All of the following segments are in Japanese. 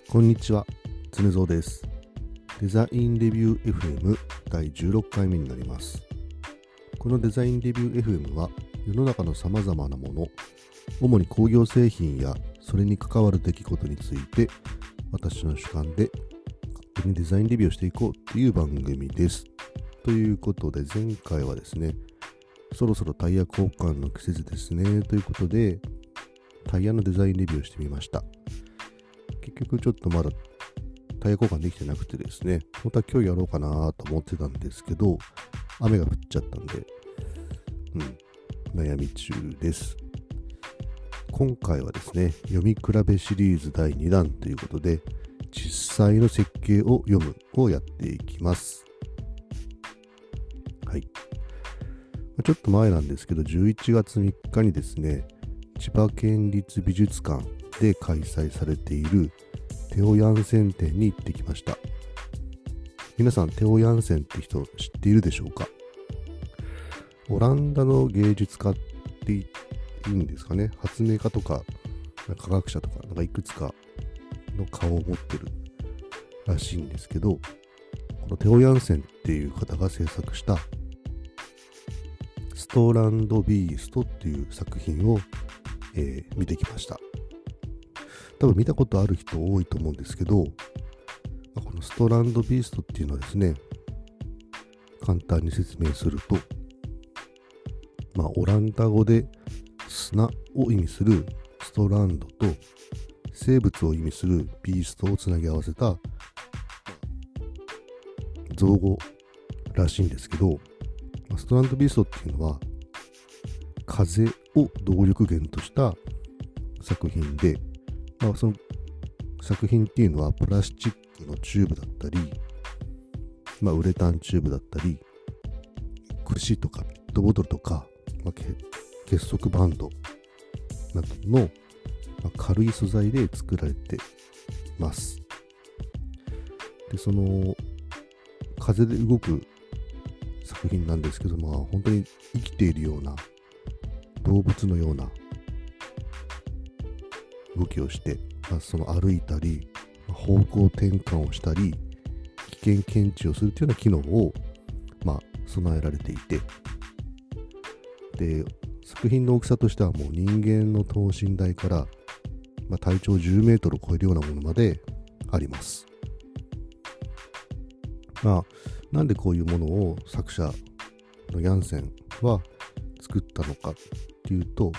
こんにちは、常蔵です。デザインレビュー FM 第16回目になります。このデザインレビュー FM は世の中のさまざまなもの、主に工業製品やそれに関わる出来事について私の主観で勝手にデザインレビューをしていこうという番組です。ということで前回はですね、そろそろタイヤ交換の季節ですねということでタイヤのデザインレビューをしてみました。結局ちょっとまだタイヤ交換できてなくてですね、本当は今日やろうかなと思ってたんですけど、雨が降っちゃったんで、悩み中です。今回はですね、読み比べシリーズ第2弾ということで、実際の設計を読むをやっていきます。はい。ちょっと前なんですけど、11月3日にですね、千葉県立美術館で開催されているテオ・ヤンセン展に行ってきました。皆さん、テオ・ヤンセンって人知っているでしょうか？オランダの芸術家って言いいんですかね。発明家とか科学者とか、いくつかの顔を持ってるらしいんですけど、このテオ・ヤンセンっていう方が制作したストランド・ビーストっていう作品を、見てきました。多分見たことある人多いと思うんですけど、このストランドビーストっていうのはですね、簡単に説明すると、オランダ語で砂を意味するストランドと生物を意味するビーストをつなぎ合わせた造語らしいんですけど、ストランドビーストっていうのは風を動力源とした作品で、その作品っていうのはプラスチックのチューブだったり、ウレタンチューブだったり、櫛とかペットボトルとか、結束バンドなどの、軽い素材で作られてます。で、その風で動く作品なんですけど、本当に生きているような動物のような動きをして、その歩いたり方向転換をしたり危険検知をするというような機能を、備えられていて、で作品の大きさとしてはもう人間の等身大から、体長10メートルを超えるようなものまであります。なんでこういうものを作者のヤンセンは作ったのかっていうと、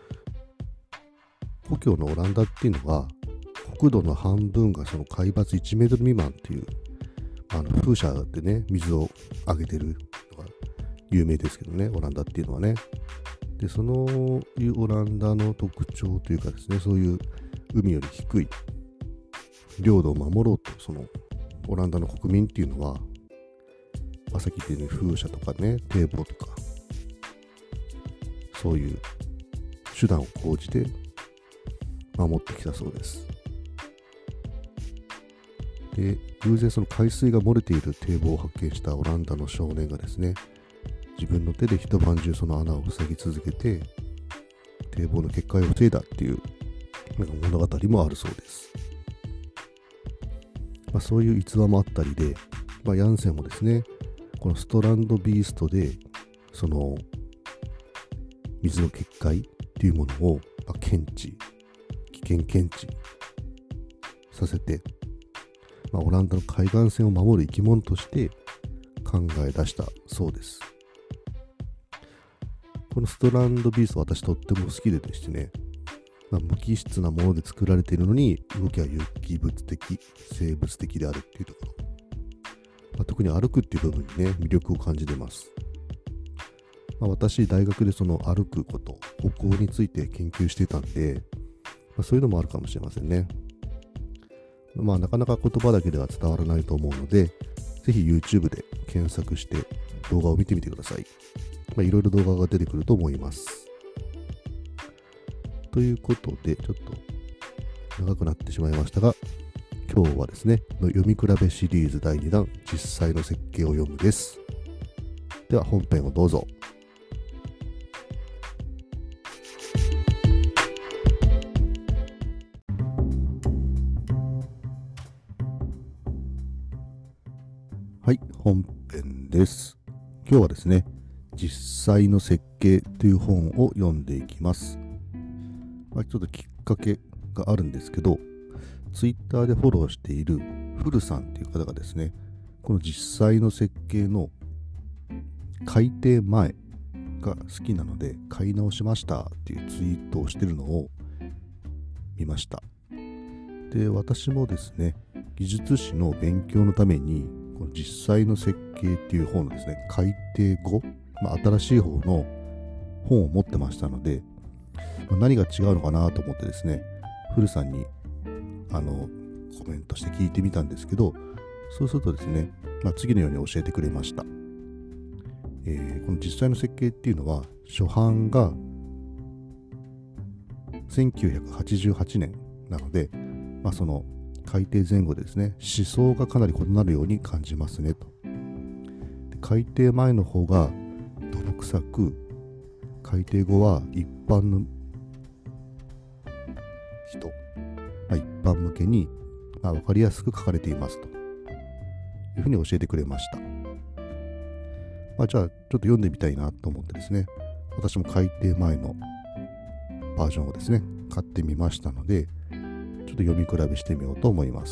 故郷のオランダっていうのは国土の半分がその海抜1メートル未満っていう風車でね水をあげてるのが有名ですけどね、オランダっていうのはね。でそのいうオランダの特徴というかですね、そういう海より低い領土を守ろうと、そのオランダの国民っていうのは、さっき言ったように風車とかね、堤防とかそういう手段を講じて守ってきたそうです。で、偶然その海水が漏れている堤防を発見したオランダの少年がですね、自分の手で一晩中その穴を塞ぎ続けて堤防の決壊を防いだっていう物語もあるそうです。そういう逸話もあったりで、ヤンセンもですね、このストランドビーストでその水の決壊っていうものを危険検知させて、オランダの海岸線を守る生き物として考え出したそうです。このストランドビースト、私とっても好きでですね、無機質なもので作られているのに動きは有機物的、生物的であるっていうところ、特に歩くっていう部分にね魅力を感じてます。私大学でその歩くこと、歩行について研究していたんで、そういうのもあるかもしれませんね。なかなか言葉だけでは伝わらないと思うので、ぜひ YouTube で検索して動画を見てみてください。いろいろ動画が出てくると思います。ということで、ちょっと長くなってしまいましたが、今日はですね、読み比べシリーズ第2弾、実際の設計を読むです。では本編をどうぞ。 はい、本編です。今日はですね、実際の設計という本を読んでいきます。ちょっときっかけがあるんですけど、ツイッターでフォローしているフルさんという方がですね、この実際の設計の改訂前が好きなので買い直しましたっていうツイートをしているのを見ました。で、私もですね、技術史の勉強のためにこの実際の設計っていう本のですね、改訂後、新しい方の本を持ってましたので、何が違うのかなと思ってですね、フルさんにコメントして聞いてみたんですけど、そうするとですね、次のように教えてくれました。この実際の設計っていうのは初版が1988年なので、その改訂前後でですね、思想がかなり異なるように感じますねと。で、改訂前の方が泥臭く、改訂後は一般の人、一般向けに、分かりやすく書かれていますというふうに教えてくれました。じゃあちょっと読んでみたいなと思ってですね、私も改訂前のバージョンをですね買ってみましたので、ちょっと読み比べしてみようと思います。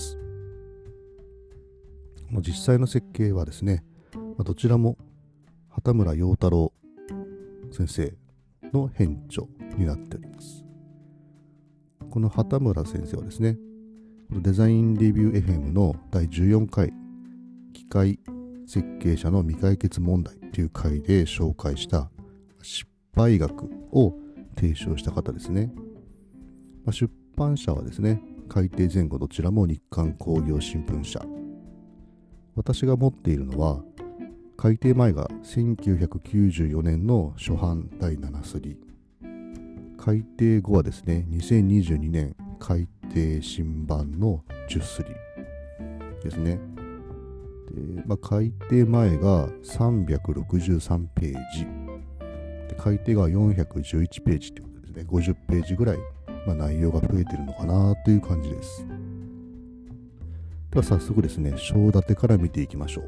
実際の設計はですね、どちらも畑村陽太郎先生の編著になっております。この畑村先生はですね、デザインレビュー FM の第14回機械設計者の未解決問題という回で紹介した失敗学を提唱した方ですね。出版社はですね、改訂前後どちらも日刊工業新聞社。私が持っているのは改訂前が1994年の初版第7スリ、改訂後はですね2022年改訂新版の10スリですね。で、改訂前が363ページで、改訂が411ページということですね。50ページぐらい、内容が増えているのかなという感じです。では早速ですね、章立てから見ていきましょ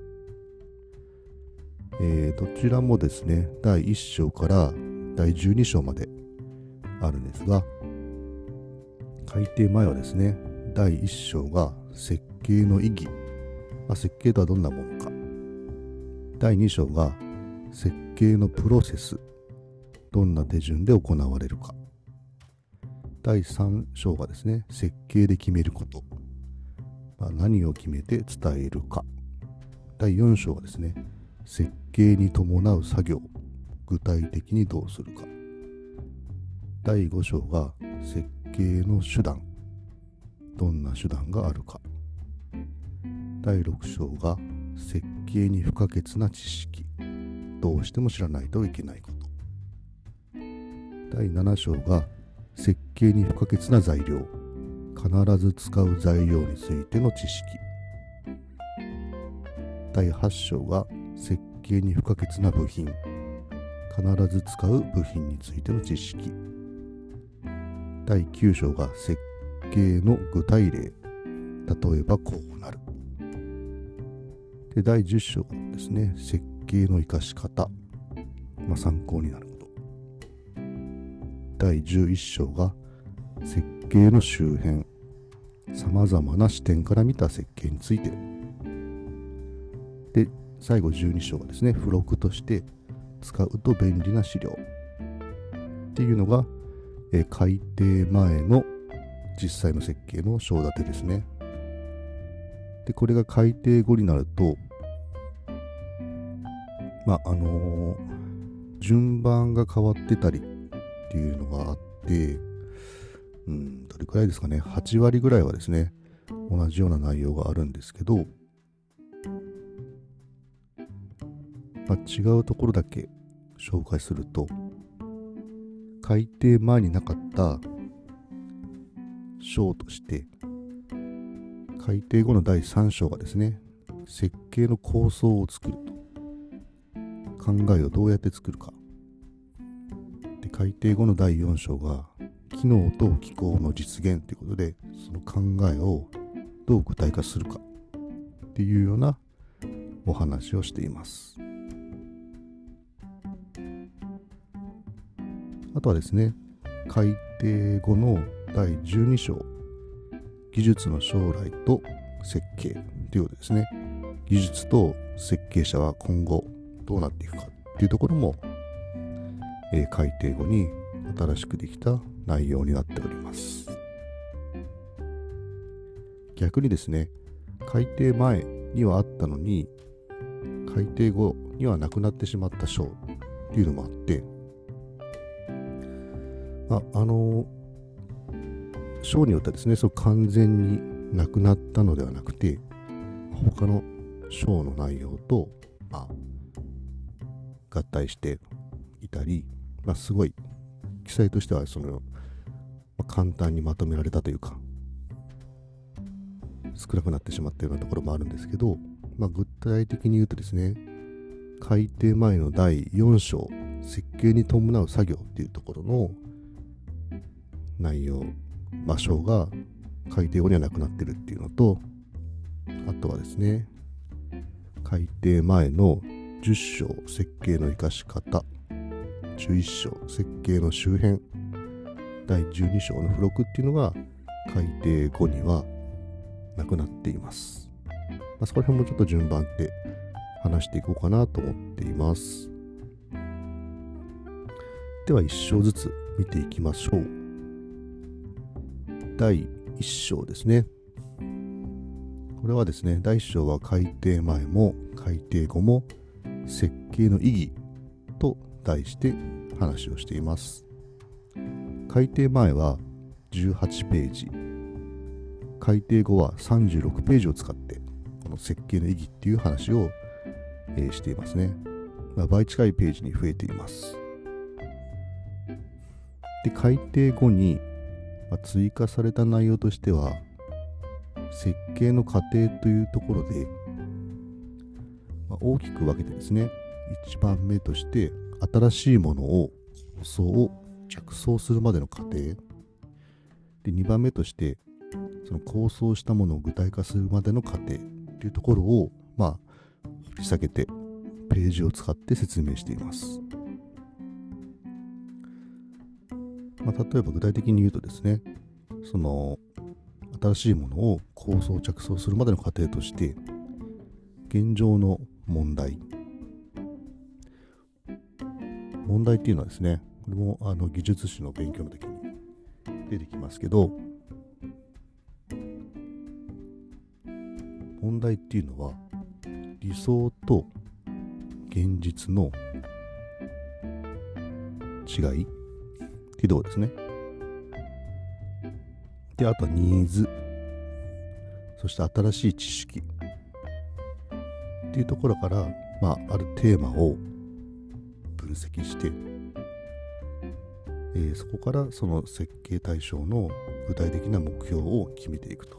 う。どちらもですね、第1章から第12章まであるんですが、改訂前はですね、第1章が設計の意義、設計とはどんなものか。第2章が設計のプロセス、どんな手順で行われるか。第3章がですね、設計で決めること、何を決めて伝えるか。第4章がですね、設計に伴う作業、具体的にどうするか。第5章が設計の手段、どんな手段があるか。第6章が設計に不可欠な知識、どうしても知らないといけないこと。第7章が設計に不可欠な材料、必ず使う材料についての知識。第8章が設計に不可欠な部品、必ず使う部品についての知識。第9章が設計の具体例、例えばこうなる。で、第10章がですね、設計の生かし方、参考になること。第11章が設計の周辺、さまざまな視点から見た設計について。で、最後12章がですね、付録として使うと便利な資料っていうのが、改訂前の実際の設計の章立てですね。で、これが改訂後になると、順番が変わってたりっていうのがあって、どれくらいですかね、8割ぐらいはですね、同じような内容があるんですけど、違うところだけ紹介すると、改訂前になかった章として、改訂後の第3章がですね、設計の構想を作ると。考えをどうやって作るか。で、改訂後の第4章が、機能と機構の実現ということで、その考えをどう具体化するかっていうようなお話をしています。あとはですね、改訂後の第12章、技術の将来と設計ということですね。技術と設計者は今後どうなっていくかっていうところも、改訂後に新しくできた内容になっております。逆にですね、改訂前にはあったのに改訂後にはなくなってしまった章っていうのもあって、章によってはですね、完全になくなったのではなくて、他の章の内容と、合体していたり、すごい記載としては簡単にまとめられたというか、少なくなってしまったようなところもあるんですけど、具体的に言うとですね、改訂前の第4章、設計に伴う作業っていうところの内容、場所が改訂後にはなくなってるっていうのと、あとはですね、改訂前の10章、設計の生かし方、11章、設計の周辺、第12章の付録っていうのが改訂後にはなくなっています。そこら辺もちょっと順番で話していこうかなと思っています。では1章ずつ見ていきましょう。第1章ですね。これはですね、第1章は改訂前も改訂後も設計の意義と題して話をしています。改訂前は18ページ、改訂後は36ページを使ってこの設計の意義っていう話を、していますね。倍近いページに増えています。で、改訂後に、追加された内容としては、設計の過程というところで、大きく分けてですね、1番目として新しいものを構想を着想するまでの過程で、2番目としてその構想したものを具体化するまでの過程というところを掘り下げてページを使って説明しています。例えば具体的に言うとですね、その新しいものを構想着想するまでの過程として、現状の問題っていうのはですね、これも技術史の勉強の時に出てきますけど、問題っていうのは理想と現実の違いっていうところですね。で、あとはニーズ、そして新しい知識っていうところから、あるテーマを分析して、そこからその設計対象の具体的な目標を決めていくと。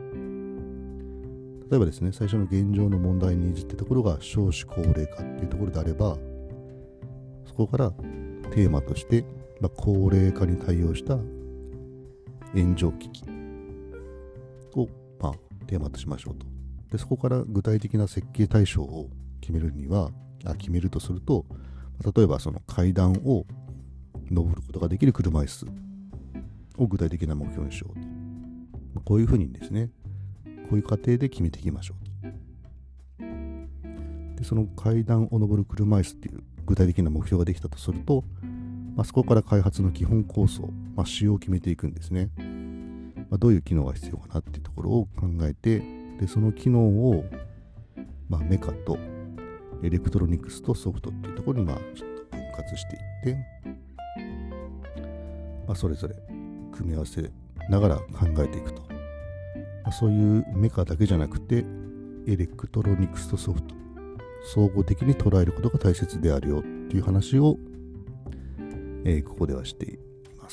例えばですね、最初の現状の問題ニーズってところが少子高齢化っていうところであれば、そこからテーマとして、高齢化に対応した炎上機器を、テーマとしましょうと。で、そこから具体的な設計対象を決めるとすると、例えばその階段を登ることができる車椅子を具体的な目標にしようと。こういうふうにですね、こういう過程で決めていきましょうと。で、その階段を登る車椅子っていう具体的な目標ができたとすると、そこから開発の基本構想、仕様を決めていくんですね。どういう機能が必要かなっていうところを考えて、でその機能を、メカとエレクトロニクスとソフトっていうところにちょっと分割していって、それぞれ組み合わせながら考えていくと。そういうメカだけじゃなくてエレクトロニクスとソフト、総合的に捉えることが大切であるよっていう話を、ここではしています。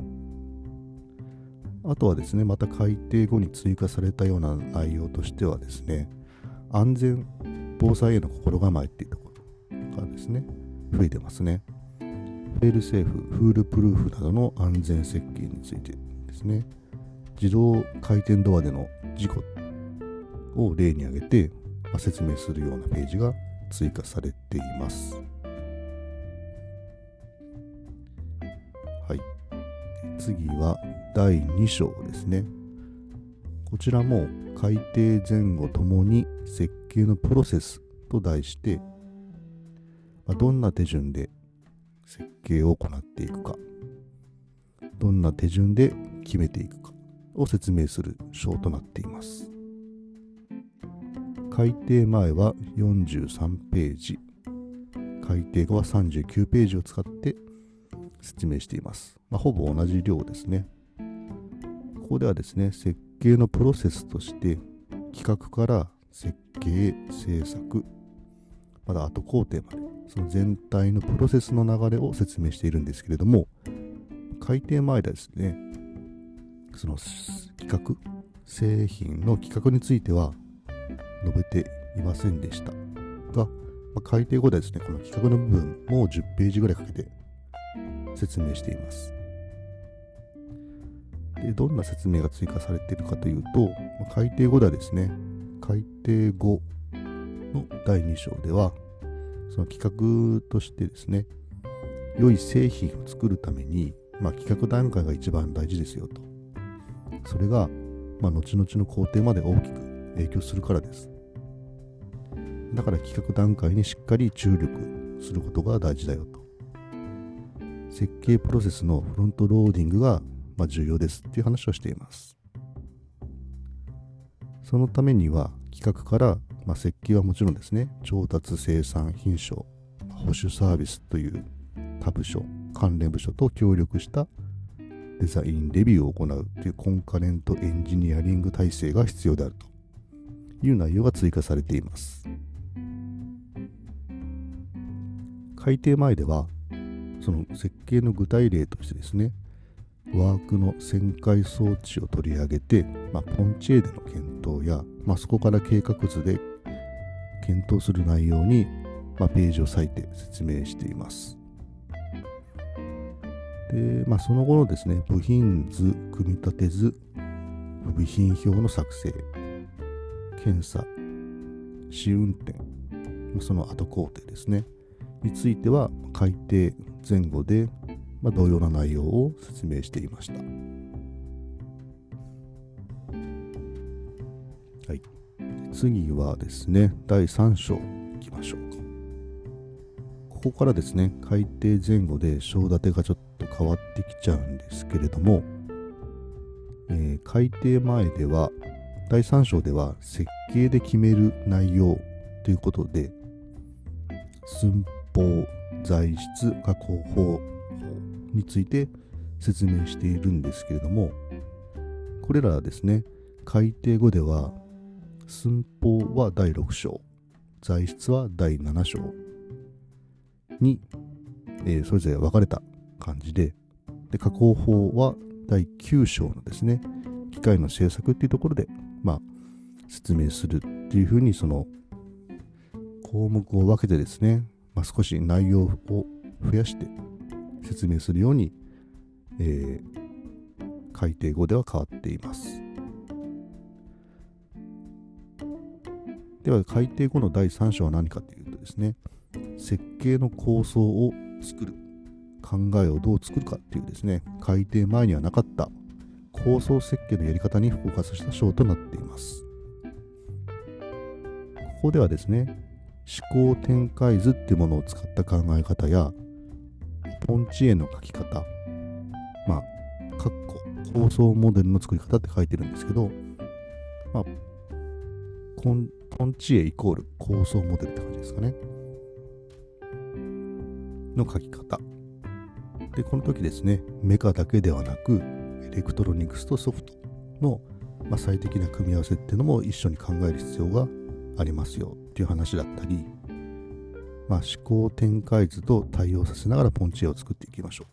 あとはですね、また改訂後に追加されたような内容としてはですね、安全防災への心構えっていうところがですね、増えてますね。フェールセーフ、フールプルーフなどの安全設計についてですね、自動回転ドアでの事故を例に挙げて、 説明するようなページが追加されています。はい。次は第2章ですね。こちらも改定前後ともに設計のプロセスと題して、どんな手順で設計を行っていくか、どんな手順で決めていくかを説明する章となっています。改定前は43ページ、改定後は39ページを使って説明しています。ほぼ同じ量ですね。ここではですね、設計のプロセスとして企画から設計、制作、まだ後工程まで、その全体のプロセスの流れを説明しているんですけれども、改定前ではですね、その企画、製品の企画については述べていませんでしたが、改定後ではですね、この企画の部分も10ページぐらいかけて説明しています。で、どんな説明が追加されているかというと、改定後ではですね、改定後の第2章では、その企画としてですね、良い製品を作るために、企画段階が一番大事ですよと。それが、後々の工程まで大きく影響するからです。だから企画段階にしっかり注力することが大事だよと。設計プロセスのフロントローディングが重要ですっていう話をしています。そのためには企画から、設計はもちろんですね、調達、生産、品証、保守サービスという他部署、関連部署と協力したデザインレビューを行うというコンカレントエンジニアリング体制が必要であるという内容が追加されています。改定前では、その設計の具体例としてですね、ワークの旋回装置を取り上げて、ポンチ絵での検討や、そこから計画図で検討する内容に、ページを割いて説明しています。で、その後のですね、部品図、組み立て図、部品表の作成、検査、試運転、その後工程ですね、については改定前後で、同様な内容を説明していました。はい。次はですね、第3章いきましょうか。ここからですね、改定前後で章立てがちょっと変わってきちゃうんですけれども、改定前では、第3章では設計で決める内容ということで、寸法、材質、加工法について説明しているんですけれども、これらはですね、改定後では寸法は第6章、材質は第7章に、それぞれ分かれた感じで、加工法は第9章のですね、機械の製作っていうところで、説明するっていうふうに、その項目を分けてですね、少し内容を増やして説明するように、改定後では変わっています。では改定後の第3章は何かというとですね、設計の構想を作る、考えをどう作るかっていうですね、改定前にはなかった構想設計のやり方にフォーカスした章となっています。ここではですね、思考展開図っていうものを使った考え方や、ポンチ絵の描き方、構想モデルの作り方って書いてるんですけど、ポンチ絵イコール構想モデルって感じですかね。の書き方。で、この時ですね、メカだけではなく、エレクトロニクスとソフトの、最適な組み合わせっていうのも一緒に考える必要がありますよっていう話だったり、思考展開図と対応させながらポンチ絵を作っていきましょう。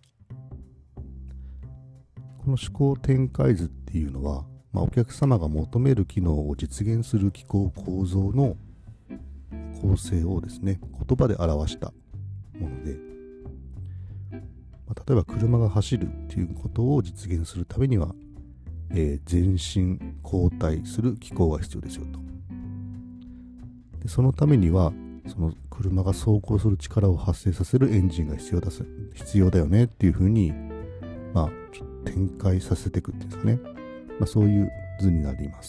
この思考展開図っていうのは、お客様が求める機能を実現する機構構造の構成をですね、言葉で表したもので、例えば車が走るっていうことを実現するためには、前進後退する機構が必要ですよと。 でそのためにはその車が走行する力を発生させるエンジンが必要だよねっていうふうに、ちょっと展開させていくっていうんですかね。そういう図になります。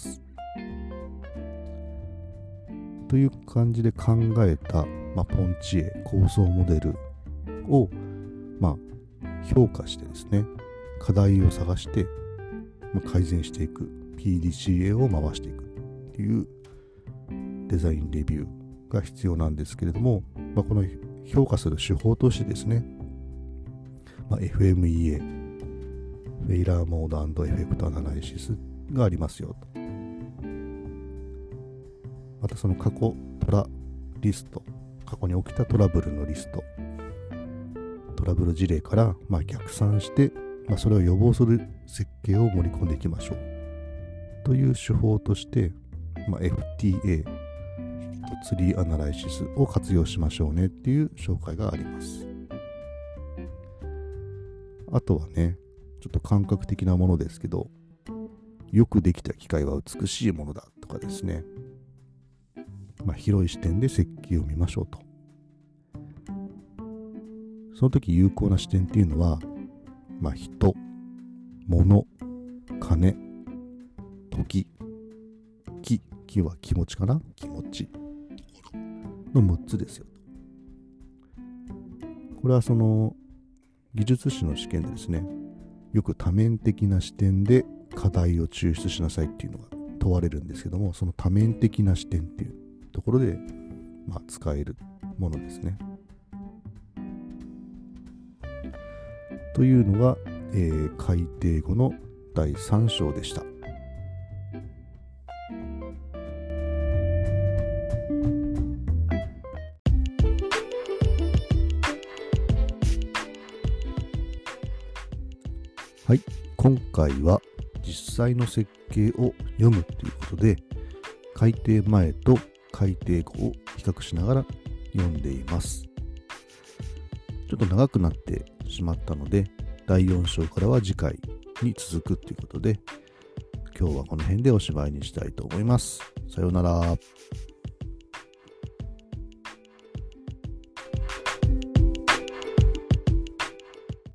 という感じで考えた、ポンチエ構想モデルを、評価してですね、課題を探して、改善していく PDCA を回していくっていうデザインレビューが必要なんですけれども、この評価する手法としてですね、FMEA フェイラーモード&エフェクトアナライシスがありますよと。またその過去トラリスト、過去に起きたトラブルのリスト、トラブル事例から逆算して、それを予防する設計を盛り込んでいきましょうという手法として、FTA ツリーアナライシスを活用しましょうねっていう紹介があります。あとはね、ちょっと感覚的なものですけど、よくできた機械は美しいものだとかですね、広い視点で設計を見ましょうと。その時有効な視点っていうのは、人、物、金、時、気は気持ちかな、気持ちの6つですよ。これはその技術士の試験でですね、よく多面的な視点で課題を抽出しなさいっていうのが問われるんですけども、その多面的な視点っていうところで、使えるものですね。というのが、改訂後の第3章でした。はい、今回は実際の設計を読むということで、改訂前と改訂後を比較しながら読んでいます。ちょっと長くなってしまったので、第4章からは次回に続くということで、今日はこの辺でおしまいにしたいと思います。さようなら。